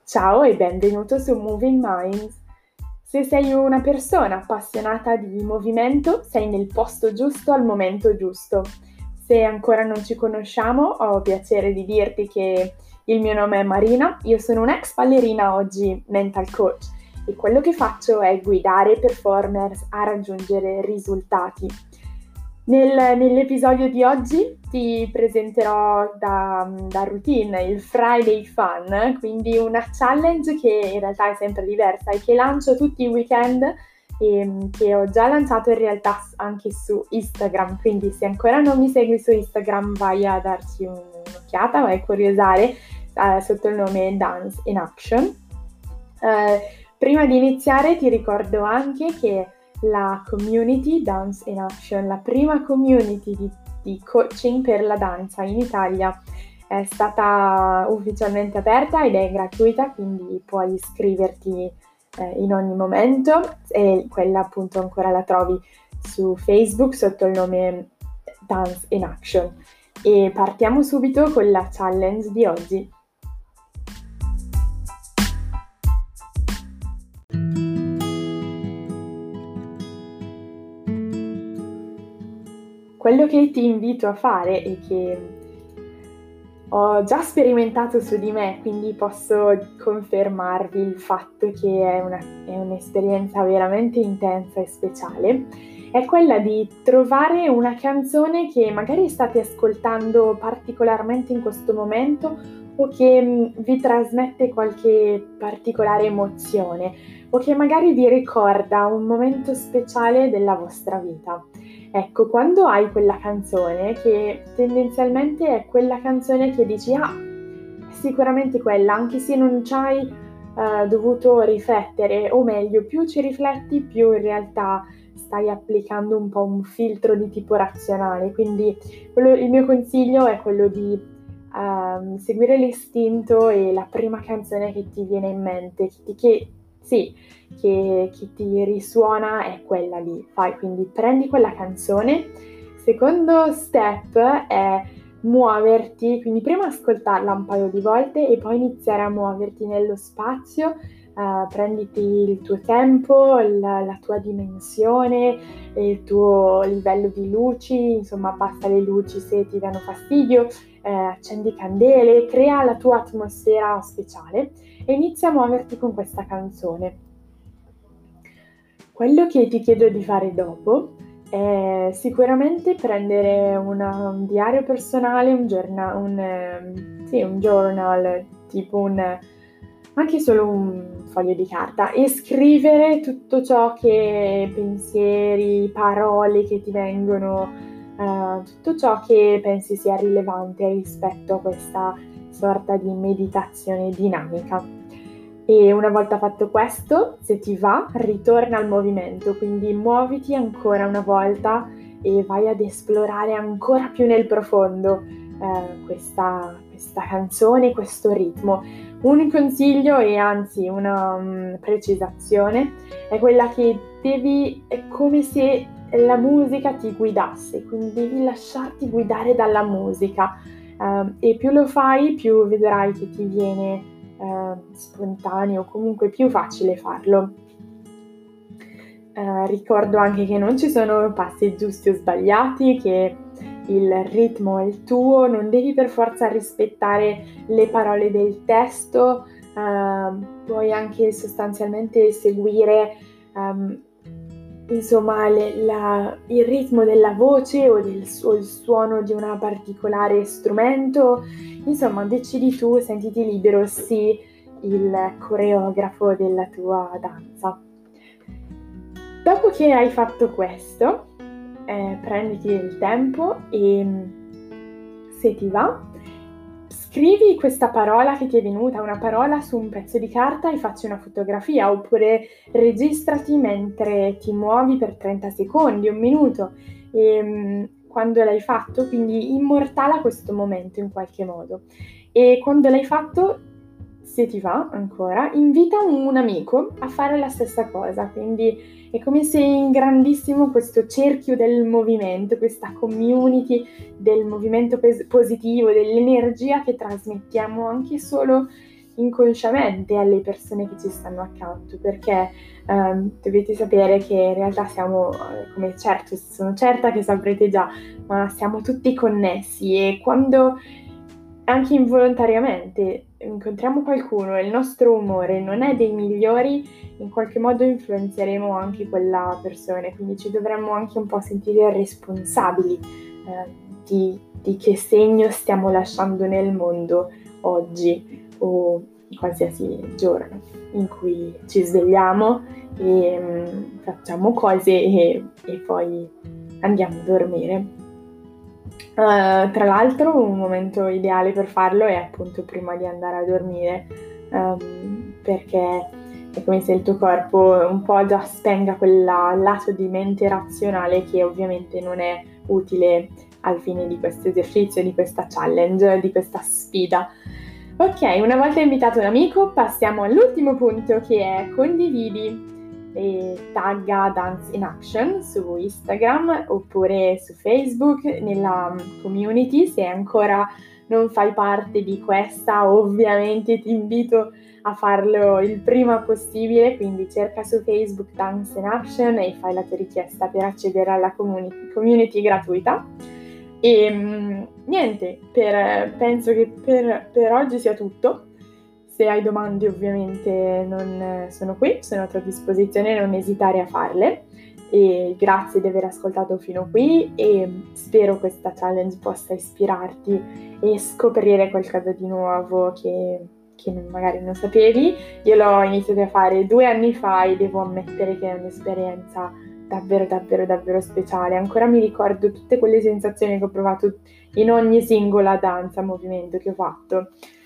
Ciao e benvenuto su Moving Minds. Se sei una persona appassionata di movimento, sei nel posto giusto al momento giusto. Se ancora non ci conosciamo, ho piacere di dirti che il mio nome è Marina, io sono un'ex ballerina, oggi mental coach, e quello che faccio è guidare performers a raggiungere risultati. Nell'episodio di oggi ti presenterò da routine il Friday Fun, quindi una challenge che in realtà è sempre diversa e che lancio tutti i weekend e che ho già lanciato in realtà anche su Instagram, quindi se ancora non mi segui su Instagram vai a darci un'occhiata, vai a curiosare sotto il nome Dance in Action. Prima di iniziare ti ricordo anche che la community Dance in Action, la prima community di coaching per la danza in Italia, è stata ufficialmente aperta ed è gratuita, quindi puoi iscriverti in ogni momento, e quella appunto ancora la trovi su Facebook sotto il nome Dance in Action. E partiamo subito con la challenge di oggi. Quello che ti invito a fare e che ho già sperimentato su di me, quindi posso confermarvi il fatto che è un'esperienza veramente intensa e speciale, è quella di trovare una canzone che magari state ascoltando particolarmente in questo momento o che vi trasmette qualche particolare emozione o che magari vi ricorda un momento speciale della vostra vita. Ecco, quando hai quella canzone, che tendenzialmente è quella canzone che dici, è sicuramente quella, anche se non ci hai dovuto riflettere, o meglio, più ci rifletti, più in realtà stai applicando un po' un filtro di tipo razionale. Quindi il mio consiglio è quello di seguire l'istinto e la prima canzone che ti viene in mente, che ti risuona è quella lì. Quindi prendi quella canzone. Secondo step è muoverti, quindi prima ascoltarla un paio di volte e poi iniziare a muoverti nello spazio. Prenditi il tuo tempo, la tua dimensione, il tuo livello di luci, insomma abbassa le luci se ti danno fastidio, accendi candele, crea la tua atmosfera speciale e inizia a muoverti con questa canzone. Quello che ti chiedo di fare dopo è sicuramente prendere un diario personale, un journal, tipo anche solo un foglio di carta, e scrivere tutto ciò che pensieri, parole che ti vengono, tutto ciò che pensi sia rilevante rispetto a questa sorta di meditazione dinamica. E una volta fatto questo, se ti va, ritorna al movimento, quindi muoviti ancora una volta e vai ad esplorare ancora più nel profondo questa canzone, questo ritmo. Un consiglio e anzi una precisazione è quella che è come se la musica ti guidasse, quindi devi lasciarti guidare dalla musica e più lo fai, più vedrai che ti viene spontaneo, comunque più facile farlo. Ricordo anche che non ci sono passi giusti o sbagliati, che il ritmo è il tuo, non devi per forza rispettare le parole del testo, puoi anche sostanzialmente seguire insomma il ritmo della voce o il suono di un particolare strumento. Insomma, decidi tu, sentiti libero, sii il coreografo della tua danza. Dopo che hai fatto questo, prenditi il tempo e, se ti va, scrivi questa parola che ti è venuta, una parola su un pezzo di carta, e facci una fotografia, oppure registrati mentre ti muovi per 30 secondi, un minuto, e quando l'hai fatto, quindi immortala questo momento in qualche modo. E quando l'hai fatto, se ti va ancora, invita un amico a fare la stessa cosa, quindi è come se ingrandissimo questo cerchio del movimento, questa community del movimento positivo, dell'energia che trasmettiamo anche solo inconsciamente alle persone che ci stanno accanto, perché dovete sapere che in realtà siamo, come certo, sono certa che saprete già, ma siamo tutti connessi, e quando anche involontariamente incontriamo qualcuno e il nostro umore non è dei migliori, in qualche modo influenzeremo anche quella persona, quindi ci dovremmo anche un po' sentire responsabili di che segno stiamo lasciando nel mondo oggi o qualsiasi giorno in cui ci svegliamo e facciamo cose e poi andiamo a dormire. Tra l'altro un momento ideale per farlo è appunto prima di andare a dormire, perché è come se il tuo corpo un po' già spenga quel lato di mente razionale che ovviamente non è utile al fine di questo esercizio, di questa challenge, di questa sfida. Ok, una volta invitato un amico, passiamo all'ultimo punto, che è condividi e tagga Dance in Action su Instagram oppure su Facebook nella community. Se ancora non fai parte di questa, ovviamente ti invito a farlo il prima possibile, quindi cerca su Facebook Dance in Action e fai la tua richiesta per accedere alla community gratuita. E niente, penso che per oggi sia tutto. Se hai domande ovviamente sono qui, sono a tua disposizione, non esitare a farle. E grazie di aver ascoltato fino qui e spero questa challenge possa ispirarti e scoprire qualcosa di nuovo che magari non sapevi. Io l'ho iniziato a fare 2 anni fa e devo ammettere che è un'esperienza davvero davvero davvero speciale. Ancora mi ricordo tutte quelle sensazioni che ho provato in ogni singola danza, movimento che ho fatto.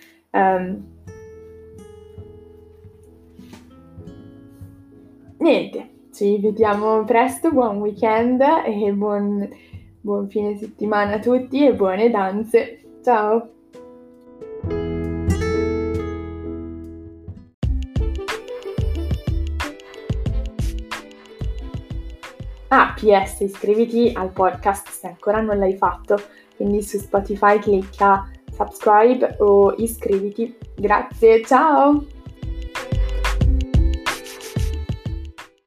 Niente, ci vediamo presto, buon weekend e buon fine settimana a tutti e buone danze. Ciao! PS, iscriviti al podcast se ancora non l'hai fatto, quindi su Spotify clicca subscribe o iscriviti. Grazie, ciao!